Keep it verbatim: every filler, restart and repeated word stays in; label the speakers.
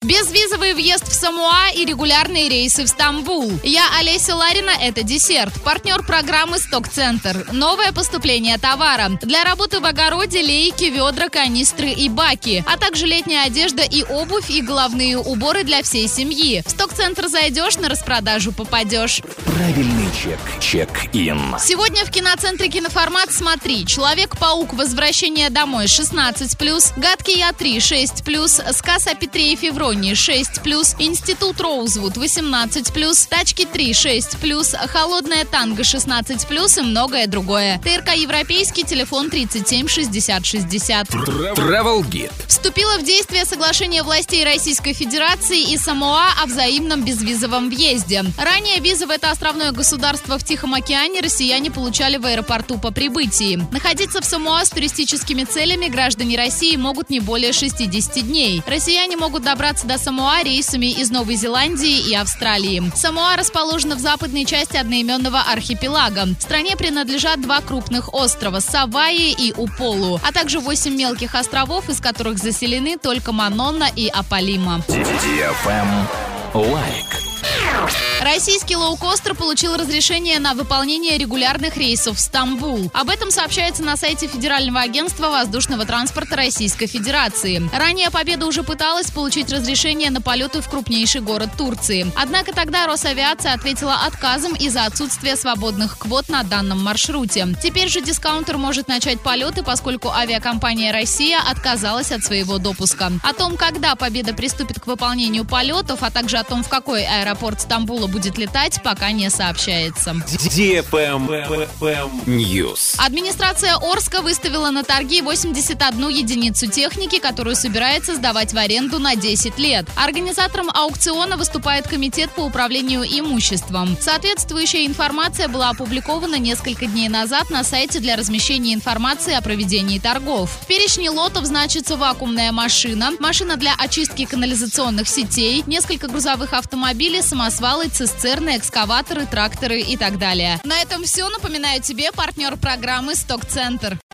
Speaker 1: Безвизовый въезд в Самоа и регулярные рейсы в Стамбул. Я Олеся Ларина, это десерт. Партнер программы «Сток-центр». Новое поступление товара. Для работы в огороде лейки, ведра, канистры и баки. А также летняя одежда и обувь, и головные уборы для всей семьи. В «Сток-центр» зайдешь, на распродажу попадешь.
Speaker 2: Правильный чек. Чек-ин.
Speaker 1: Сегодня в киноцентре «Киноформат» смотри. «Человек-паук. Возвращение домой» шестнадцать плюс, «Гадкий я три» шесть плюс, «Сказ о Петре и Февронии» шесть плюс, «Институт Роузвуд» восемнадцать плюс, «Тачки три» шесть плюс, «Холодная танго» шестнадцать плюс и многое другое. ТРК «Европейский», телефон тридцать семь шестьдесят шестьдесят.
Speaker 2: Travel Guide.
Speaker 1: Вступило в действие соглашение властей Российской Федерации и Самоа о взаимном безвизовом въезде. Ранее визы в это островное государство в Тихом океане россияне получали в аэропорту по прибытии. Находиться в Самоа с туристическими целями граждане России могут не более шестьдесят дней. Россияне могут добраться до Самоа рейсами из Новой Зеландии и Австралии. Самоа расположена в западной части одноименного архипелага. Стране принадлежат два крупных острова – Саваи и Уполу, а также восемь мелких островов, из которых заселены только Манона и Апалима.
Speaker 2: Лайк.
Speaker 1: Российский лоукостер получил разрешение на выполнение регулярных рейсов в Стамбул. Об этом сообщается на сайте Федерального агентства воздушного транспорта Российской Федерации. Ранее Победа уже пыталась получить разрешение на полеты в крупнейший город Турции. Однако тогда Росавиация ответила отказом из-за отсутствия свободных квот на данном маршруте. Теперь же дискаунтер может начать полеты, поскольку авиакомпания «Россия» отказалась от своего допуска. О том, когда Победа приступит к выполнению полетов, а также о том, в какой аэропорт Стамбула будет летать, пока не сообщается.
Speaker 2: News.
Speaker 1: Администрация Орска выставила на торги восемьдесят одну единицу техники, которую собирается сдавать в аренду на десять лет. Организатором аукциона выступает Комитет по управлению имуществом. Соответствующая информация была опубликована несколько дней назад на сайте для размещения информации о проведении торгов. В перечне лотов значится вакуумная машина, машина для очистки канализационных сетей, несколько грузовых автомобилей, самосвалы, цистерны, экскаваторы, тракторы и так далее. На этом все. Напоминаю тебе, партнер программы «Сток-центр».